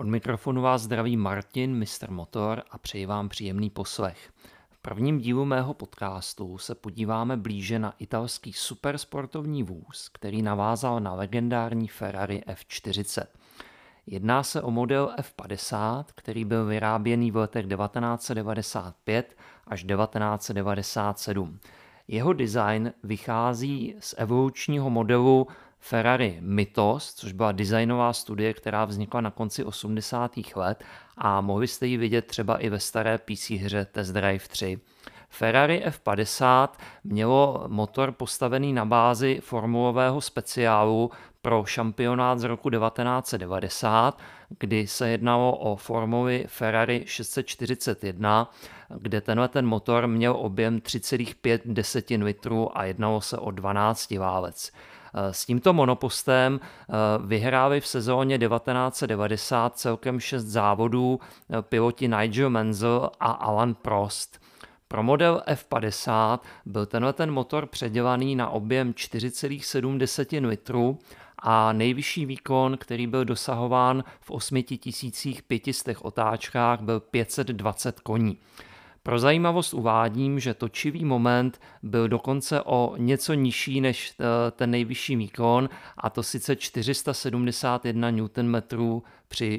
Od mikrofonu vás zdraví Martin, Mr. Motor, a přeji vám příjemný poslech. V prvním dílu mého podcastu se podíváme blíže na italský supersportovní vůz, který navázal na legendární Ferrari F40. Jedná se o model F50, který byl vyráběný v letech 1995 až 1997. Jeho design vychází z evolučního modelu Ferrari Mythos, což byla designová studie, která vznikla na konci 80. let a mohli jste ji vidět třeba i ve staré PC hře Test Drive 3. Ferrari F50 mělo motor postavený na bázi formulového speciálu pro šampionát z roku 1990, kdy se jednalo o formuli Ferrari 641, kde ten motor měl objem 3,5 litru a jednalo se o 12 válec. S tímto monopostem vyhráli v sezóně 1990 celkem 6 závodů piloti Nigel Mansell a Alain Prost. Pro model F50 byl ten motor předělaný na objem 4,7 litru a nejvyšší výkon, který byl dosahován v 8500 otáčkách, byl 520 koní. Pro zajímavost uvádím, že točivý moment byl dokonce o něco nižší než ten nejvyšší výkon, a to sice 471 Nm při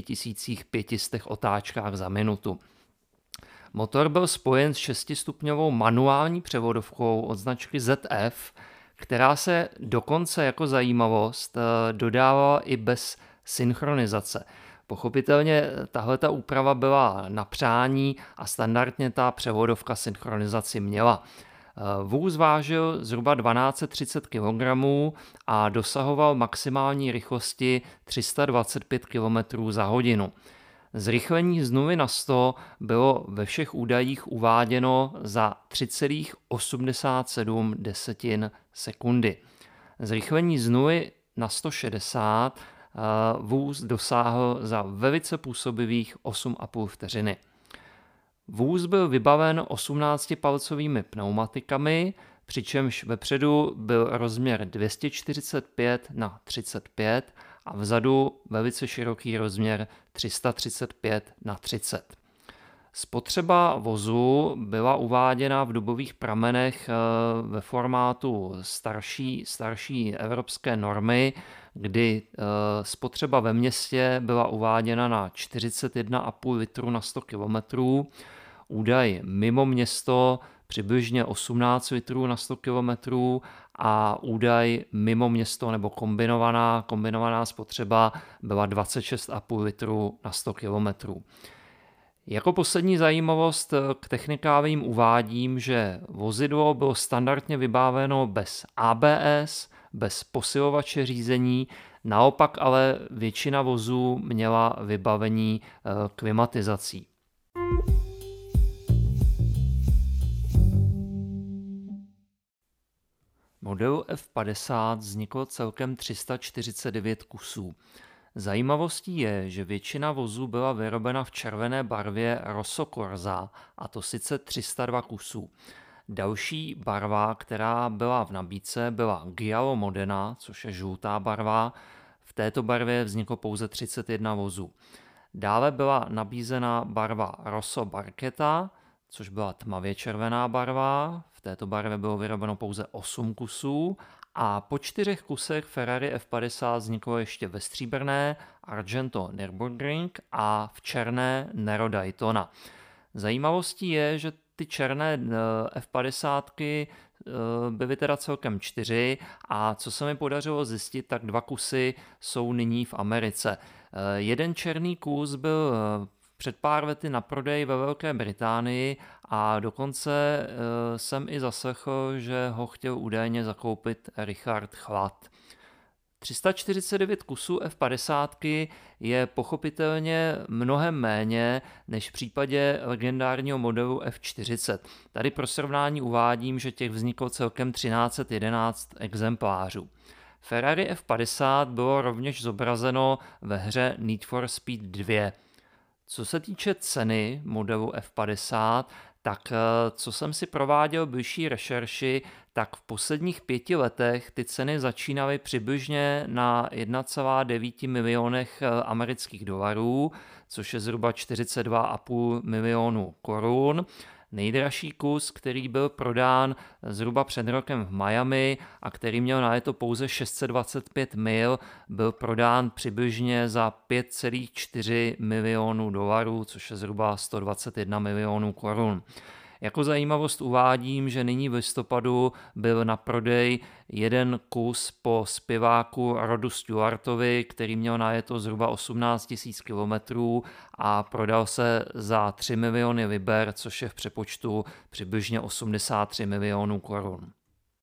6500 otáčkách za minutu. Motor byl spojen s 6stupňovou manuální převodovkou od značky ZF, která se dokonce jako zajímavost dodávala i bez synchronizace. Pochopitelně tahleta úprava byla na přání a standardně ta převodovka synchronizaci měla. Vůz vážil zhruba 1230 kg a dosahoval maximální rychlosti 325 km za hodinu. Zrychlení z 0 na 100 bylo ve všech údajích uváděno za 3,87 sekundy. Zrychlení z 0 na 160 vůz dosáhl za velice působivých 8,5 vteřiny. Vůz byl vybaven 18-palcovými pneumatikami, přičemž vepředu byl rozměr 245 na 35 a vzadu velice široký rozměr 335 na 30. Spotřeba vozu byla uváděna v dobových pramenech ve formátu starší evropské normy, kdy spotřeba ve městě byla uváděna na 41,5 litru na 100 km, údaj mimo město přibližně 18 litrů na 100 km a údaj mimo město nebo kombinovaná spotřeba byla 26,5 litru na 100 km. Jako poslední zajímavost k technikálím uvádím, že vozidlo bylo standardně vybaveno bez ABS, bez posilovače řízení, naopak ale většina vozů měla vybavení klimatizací. Modelu F50 vzniklo celkem 349 kusů. Zajímavostí je, že většina vozů byla vyrobena v červené barvě Rosso Corsa, a to sice 302 kusů. Další barva, která byla v nabídce, byla Giallo Modena, což je žlutá barva. V této barvě vzniklo pouze 31 vozů. Dále byla nabízena barva Rosso Barchetta, což byla tmavě červená barva. V této barvě bylo vyrobeno pouze 8 kusů. A po 4 kusech Ferrari F50 vzniklo ještě ve stříbrné Argento Nürburgring a v černé Nero Daytona. Zajímavostí je, že ty černé F50 byly teda celkem 4 a co se mi podařilo zjistit, tak 2 kusy jsou nyní v Americe. Jeden černý kus byl před pár lety na prodej ve Velké Británii a dokonce jsem i zaslechl, že ho chtěl údajně zakoupit Richard Chlad. 349 kusů F50 je pochopitelně mnohem méně než v případě legendárního modelu F40. Tady pro srovnání uvádím, že těch vzniklo celkem 1311 exemplářů. Ferrari F50 bylo rovněž zobrazeno ve hře Need for Speed 2. Co se týče ceny modelu F50, Tak co jsem si prováděl bližší rešerši, tak v posledních 5 letech ty ceny začínaly přibližně na 1,9 milionech amerických dolarů, což je zhruba 42,5 milionů korun. Nejdražší kus, který byl prodán zhruba před rokem v Miami a který měl na leto pouze 625 mil, byl prodán přibližně za 5,4 milionů dolarů, což je zhruba 121 milionů korun. Jako zajímavost uvádím, že nyní v listopadu byl na prodej jeden kus po zpěváku Rodu Stewartovi, který měl najeto zhruba 18 000 kilometrů a prodal se za 3 miliony liber, což je v přepočtu přibližně 83 milionů korun.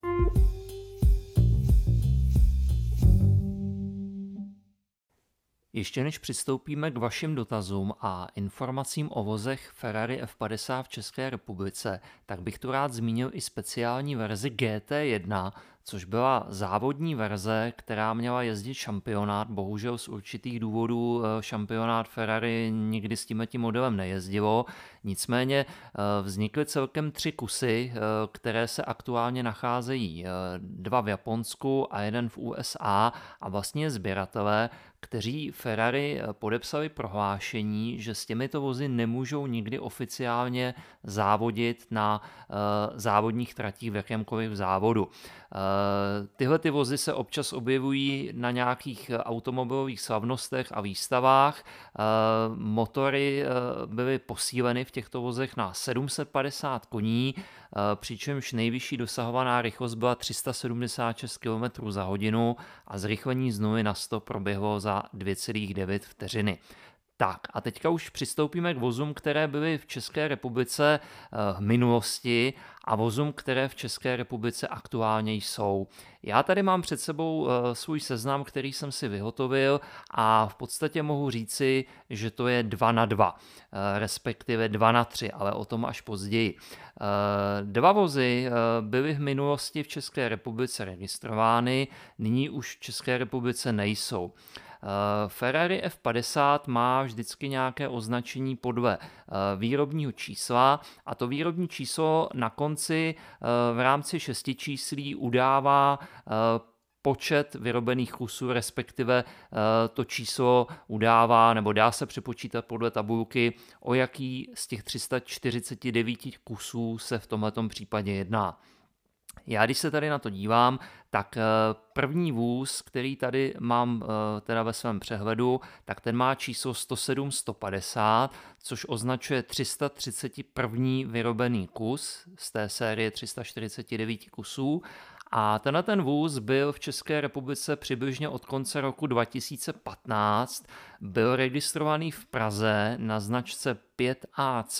Ještě než přistoupíme k vašim dotazům a informacím o vozech Ferrari F50 v České republice, tak bych tu rád zmínil i speciální verzi GT1, což byla závodní verze, která měla jezdit šampionát. Bohužel z určitých důvodů šampionát Ferrari nikdy s tímhletím modelem nejezdilo. Nicméně vznikly celkem 3 kusy, které se aktuálně nacházejí 2 v Japonsku a 1 v USA a vlastně sběratelé, kteří Ferrari podepsali prohlášení, že s těmito vozy nemůžou nikdy oficiálně závodit na závodních tratích v jakémkoliv závodu. Tyhle ty vozy se občas objevují na nějakých automobilových slavnostech a výstavách. Motory byly posíleny v těchto vozech na 750 koní, přičemž nejvyšší dosahovaná rychlost byla 376 km za hodinu a zrychlení z 0 na 100 proběhlo za 2,9 vteřiny. Tak a teďka už přistoupíme k vozům, které byly v České republice v minulosti a vozům, které v České republice aktuálně jsou. Já tady mám před sebou svůj seznam, který jsem si vyhotovil a v podstatě mohu říci, že to je 2:2, respektive 2:3, ale o tom až později. 2 vozy byly v minulosti v České republice registrovány, nyní už v České republice nejsou. Ferrari F50 má vždycky nějaké označení podle výrobního čísla a to výrobní číslo na konci v rámci 6 číslí udává počet vyrobených kusů, respektive to číslo udává nebo dá se přepočítat podle tabulky, o jaký z těch 349 kusů se v tomhletom případě jedná. Já když se tady na to dívám, tak první vůz, který tady mám teda ve svém přehledu, tak ten má číslo 107-150, což označuje 331. vyrobený kus z té série 349 kusů. A tenhle ten vůz byl v České republice přibližně od konce roku 2015, byl registrovaný v Praze na značce 5AC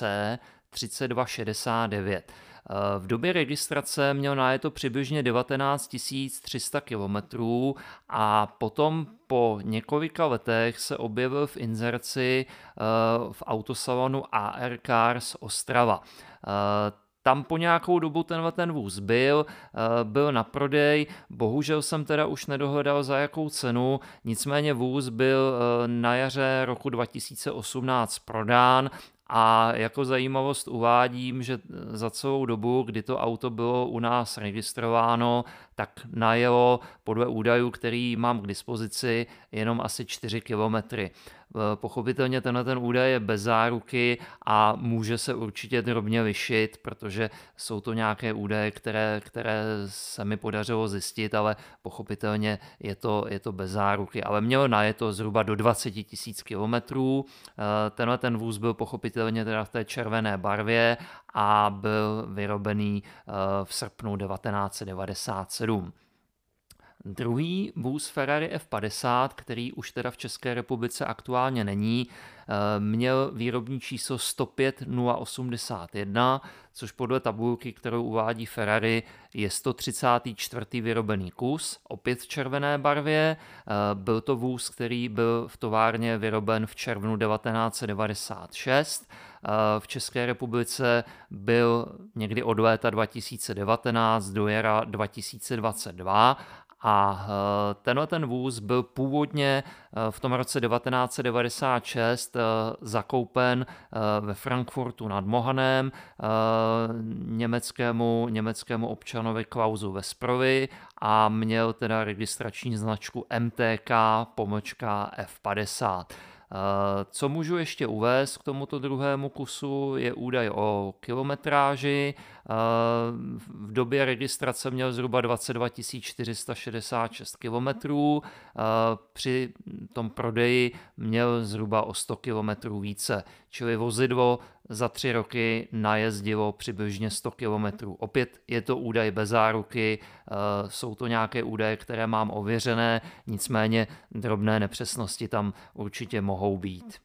3269. V době registrace měl najeto přibližně 19 300 km a potom po několika letech se objevil v inzerci v autosalonu AR Cars Ostrava. Tam po nějakou dobu ten vůz byl na prodej, bohužel jsem teda už nedohledal za jakou cenu, nicméně vůz byl na jaře roku 2018 prodán a jako zajímavost uvádím, že za celou dobu, kdy to auto bylo u nás registrováno, tak najelo podle údajů, který mám k dispozici, jenom asi 4 kilometry. Pochopitelně ten údaj je bez záruky a může se určitě drobně lišit, protože jsou to nějaké údaje, které se mi podařilo zjistit, ale pochopitelně je to bez záruky. Ale mělo najeto zhruba do 20 000 kilometrů. Ten vůz byl pochopitelně teda v té červené barvě a byl vyrobený v srpnu 1997. Druhý vůz Ferrari F50, který už teda v České republice aktuálně není, měl výrobní číslo 105-081, což podle tabulky, kterou uvádí Ferrari, je 134. vyrobený kus, opět v červené barvě. Byl to vůz, který byl v továrně vyroben v červnu 1996. V České republice byl někdy od léta 2019 do jara 2022 A tenhle ten vůz byl původně v tom roce 1996 zakoupen ve Frankfurtu nad Mohanem německému občanovi Klausu Vesprovi a měl teda registrační značku MTK-F50. Co můžu ještě uvést k tomuto druhému kusu, je údaj o kilometráži. V době registrace měl zhruba 22 466 kilometrů, při tom prodeji měl zhruba o 100 kilometrů více, čili vozidlo za 3 roky najezdilo přibližně 100 kilometrů. Opět je to údaj bez záruky, jsou to nějaké údaje, které mám ověřené, nicméně drobné nepřesnosti tam určitě mohou být.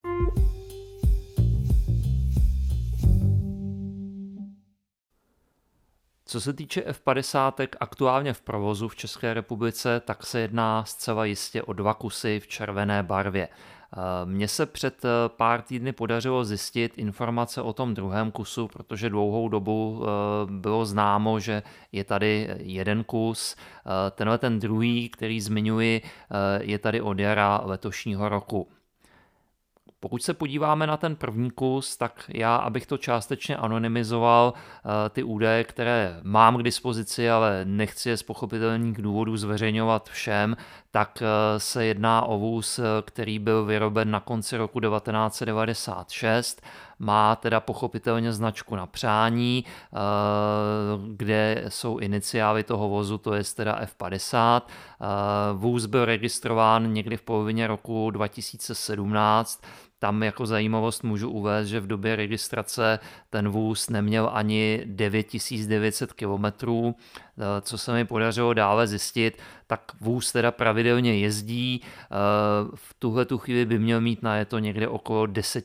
Co se týče F50 aktuálně v provozu v České republice, tak se jedná zcela jistě o 2 kusy v červené barvě. Mně se před pár týdny podařilo zjistit informace o tom druhém kusu, protože dlouhou dobu bylo známo, že je tady jeden kus. Tenhle ten druhý, který zmiňuji, je tady od jara letošního roku. Pokud se podíváme na ten první kus, tak já, abych to částečně anonymizoval, ty údaje, které mám k dispozici, ale nechci je z pochopitelných důvodů zveřejňovat všem, tak se jedná o vůz, který byl vyroben na konci roku 1996, má teda pochopitelně značku na přání, kde jsou iniciály toho vozu, to je teda F50. Vůz byl registrován někdy v polovině roku 2017. Tam jako zajímavost můžu uvést, že v době registrace ten vůz neměl ani 9900 kilometrů. Co se mi podařilo dále zjistit, tak vůz teda pravidelně jezdí. V tuhletu chvíli by měl mít najeto někde okolo 10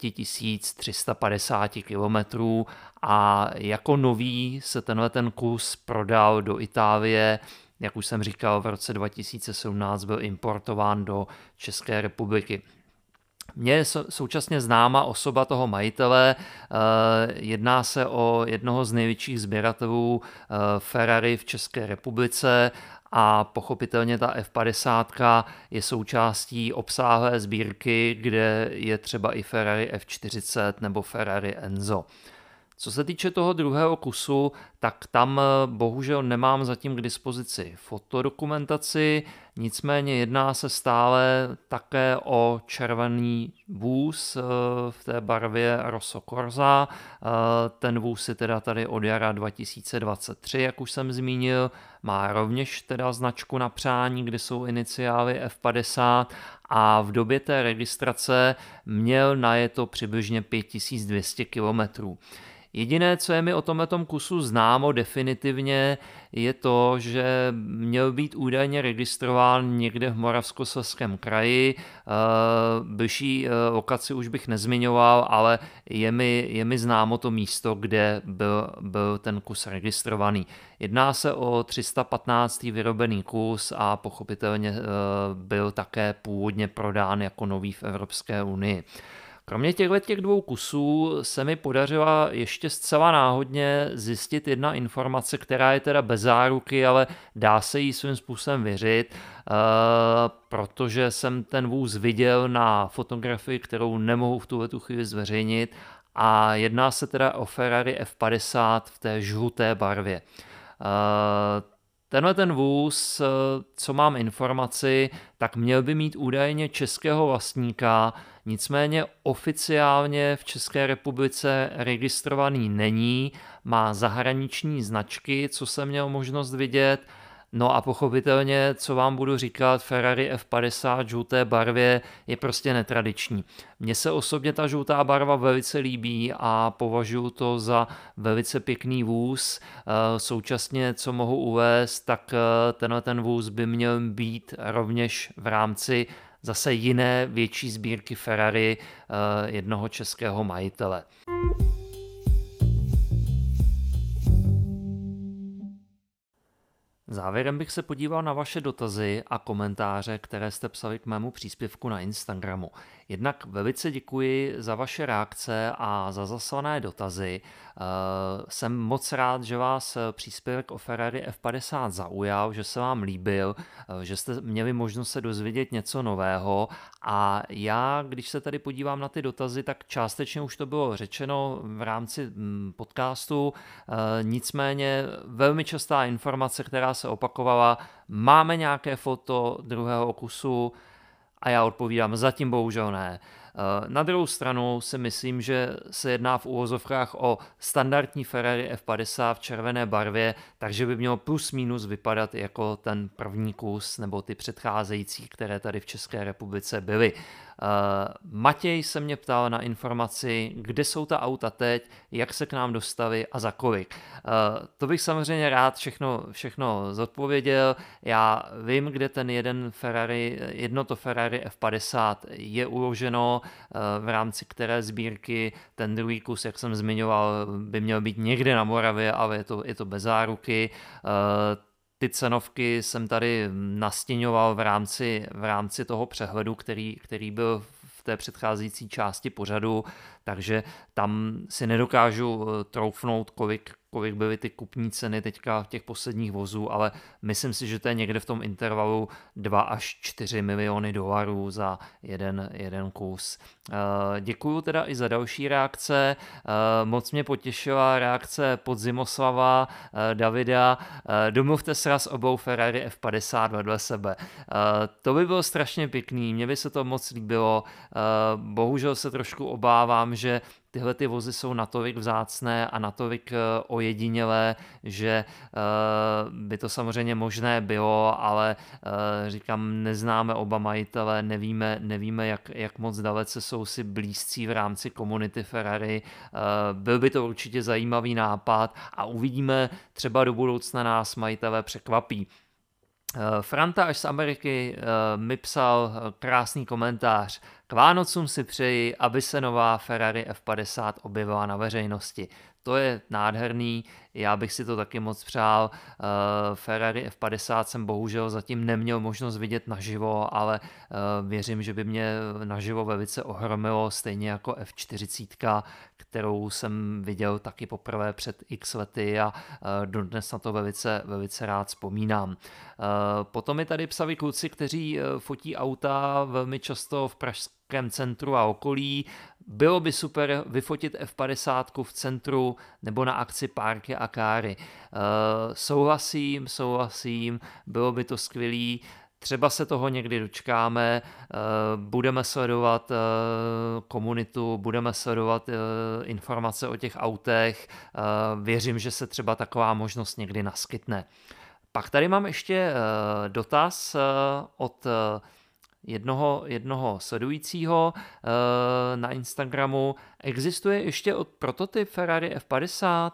350 kilometrů a jako nový se tenhle ten kus prodal do Itálie. Jak už jsem říkal, v roce 2017 byl importován do České republiky. Mně je současně známa osoba toho majitele, jedná se o jednoho z největších sběratelů Ferrari v České republice a pochopitelně ta F50 je součástí obsáhlé sbírky, kde je třeba i Ferrari F40 nebo Ferrari Enzo. Co se týče toho druhého kusu, tak tam bohužel nemám zatím k dispozici fotodokumentaci, nicméně jedná se stále také o červený vůz v té barvě Rosso Corsa. Ten vůz je teda tady od jara 2023, jak už jsem zmínil, má rovněž teda značku na přání, kde jsou iniciály F50 a v době té registrace měl najeto přibližně 5200 kilometrů. Jediné, co je mi o tomhletom kusu známo definitivně, je to, že měl být údajně registrován někde v Moravskoslezském kraji. Bližší lokaci už bych nezmiňoval, ale je mi známo to místo, kde byl ten kus registrovaný. Jedná se o 315. vyrobený kus a pochopitelně byl také původně prodán jako nový v Evropské unii. Kromě těch 2 kusů se mi podařila ještě zcela náhodně zjistit jedna informace, která je teda bez záruky, ale dá se jí svým způsobem věřit, protože jsem ten vůz viděl na fotografii, kterou nemohu v tuhletu chvíli zveřejnit a jedná se teda o Ferrari F50 v té žluté barvě. Tenhle ten vůz, co mám informaci, tak měl by mít údajně českého vlastníka, nicméně oficiálně v České republice registrovaný není, má zahraniční značky, co jsem měl možnost vidět. No a pochopitelně, co vám budu říkat, Ferrari F50 žluté barvě je prostě netradiční. Mně se osobně ta žlutá barva velice líbí a považuji to za velice pěkný vůz. Současně, co mohu uvést, tak ten vůz by měl být rovněž v rámci zase jiné větší sbírky Ferrari jednoho českého majitele. Závěrem bych se podíval na vaše dotazy a komentáře, které jste psali k mému příspěvku na Instagramu. Jednak velice děkuji za vaše reakce a za zaslané dotazy. Jsem moc rád, že vás příspěvek o Ferrari F50 zaujal, že se vám líbil, že jste měli možnost se dozvědět něco nového a já, když se tady podívám na ty dotazy, tak částečně už to bylo řečeno v rámci podcastu, nicméně velmi častá informace, která se opakovala, máme nějaké foto druhého kusu a já odpovídám, zatím bohužel ne. Na druhou stranu si myslím, že se jedná v uvozovkách o standardní Ferrari F50 v červené barvě, takže by mělo plus minus vypadat jako ten první kus nebo ty předcházející, které tady v České republice byly. Matěj se mě ptal na informaci, kde jsou ta auta teď, jak se k nám dostali a za kolik. To bych samozřejmě rád všechno zodpověděl. Já vím, kde ten jedno to Ferrari F50 je uloženo, v rámci které sbírky. Ten druhý kus, jak jsem zmiňoval, by měl být někde na Moravě, ale je to bez záruky. Ty cenovky jsem tady nastěňoval v rámci toho přehledu, který byl v té předcházející části pořadu, takže tam si nedokážu troufnout, kolik byly ty kupní ceny teďka těch posledních vozů, ale myslím si, že to je někde v tom intervalu 2 až 4 miliony dolarů za jeden kus. Děkuju teda i za další reakce. Moc mě potěšila reakce Podzimoslava, Davida. Domluvte sraz obou Ferrari F50 vedle sebe. To by bylo strašně pěkný, mně by se to moc líbilo. Bohužel se trošku obávám, že tyhle ty vozy jsou natolik vzácné a natolik ojedinělé, že by to samozřejmě možné bylo, ale říkám, neznáme oba majitele, nevíme jak moc dalece jsou si blízcí v rámci komunity Ferrari. Byl by to určitě zajímavý nápad a uvidíme, třeba do budoucna nás majitelé překvapí. Franta až z Ameriky mi psal krásný komentář. K Vánocům si přeji, aby se nová Ferrari F50 objevila na veřejnosti. To je nádherný, já bych si to taky moc přál. Ferrari F50 jsem bohužel zatím neměl možnost vidět naživo, ale věřím, že by mě naživo velice ohromilo, stejně jako F40, kterou jsem viděl taky poprvé před x lety a dodnes na to velice rád vzpomínám. Potom mi tady psali kluci, kteří fotí auta velmi často v pražském centru a okolí. Bylo by super vyfotit F50 v centru nebo na akci Párky a Káry. Souhlasím, bylo by to skvělý. Třeba se toho někdy dočkáme, budeme sledovat komunitu, budeme sledovat informace o těch autech, věřím, že se třeba taková možnost někdy naskytne. Pak tady mám ještě dotaz od jednoho sledujícího na Instagramu. Existuje ještě prototyp Ferrari F50?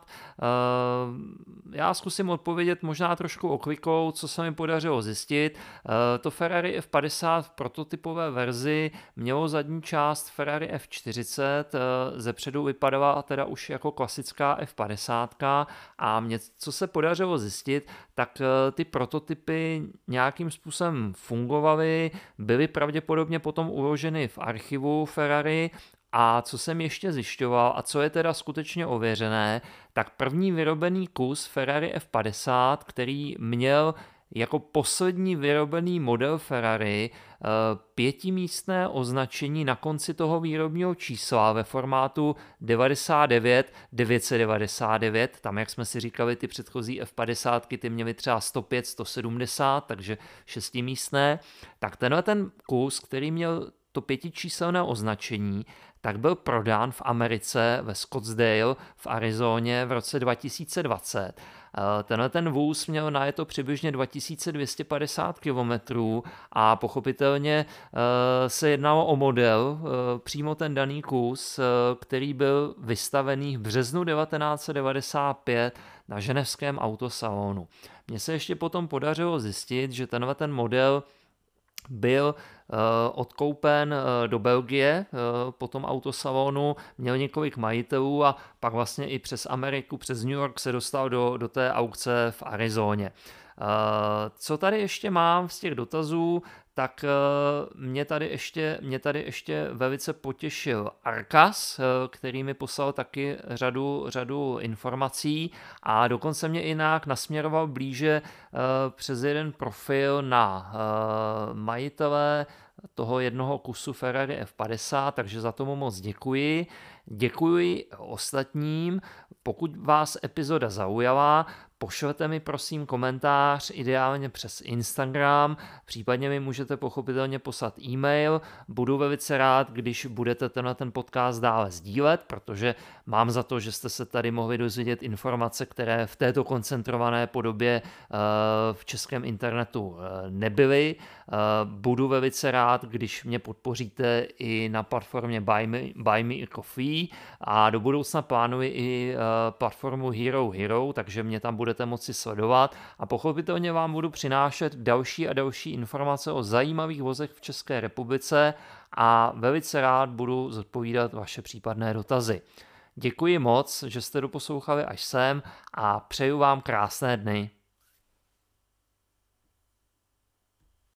Já zkusím odpovědět možná trošku oklikou, co se mi podařilo zjistit. To Ferrari F50 v prototypové verzi mělo zadní část Ferrari F40, zepředu vypadala teda už jako klasická F50 a co se podařilo zjistit, tak ty prototypy nějakým způsobem fungovaly, byly pravděpodobně potom uloženy v archivu Ferrari. A co jsem ještě zjišťoval a co je teda skutečně ověřené, tak první vyrobený kus Ferrari F50, který měl jako poslední vyrobený model Ferrari 5místné označení na konci toho výrobního čísla ve formátu 99 999, tam jak jsme si říkali, ty předchozí F50 ty měly třeba 105, 170, takže 6místné, tak tenhle ten kus, který měl to 5číselné označení, tak byl prodán v Americe ve Scottsdale v Arizoně v roce 2020. Tenhle ten vůz měl najeto přibližně 2250 km a pochopitelně se jednalo o model, přímo ten daný kus, který byl vystavený v březnu 1995 na ženevském autosalonu. Mně se ještě potom podařilo zjistit, že tenhle ten model byl odkoupen do Belgie po tom autosalonu, měl několik majitelů a pak vlastně i přes Ameriku, přes New York se dostal do té aukce v Arizoně. Co tady ještě mám z těch dotazů, tak mě tady ještě velice potěšil Arkas, který mi poslal taky řadu informací a dokonce mě i nějak nasměroval blíže přes jeden profil na majitele toho jednoho kusu Ferrari F50, takže za tomu moc děkuji. Děkuji ostatním. Pokud vás epizoda zaujala, pošlete mi prosím komentář, ideálně přes Instagram, případně mi můžete pochopitelně poslat e-mail. Budu velice rád, když budete ten podcast dále sdílet, protože mám za to, že jste se tady mohli dozvědět informace, které v této koncentrované podobě v českém internetu nebyly. Budu velice rád, když mě podpoříte i na platformě Buy Me a Coffee a do budoucna plánuji i platformu Hero, takže mě tam budete moci sledovat a pochopitelně vám budu přinášet další a další informace o zajímavých vozech v České republice a velice rád budu zodpovídat vaše případné dotazy. Děkuji moc, že jste doposlouchali až sem a přeju vám krásné dny.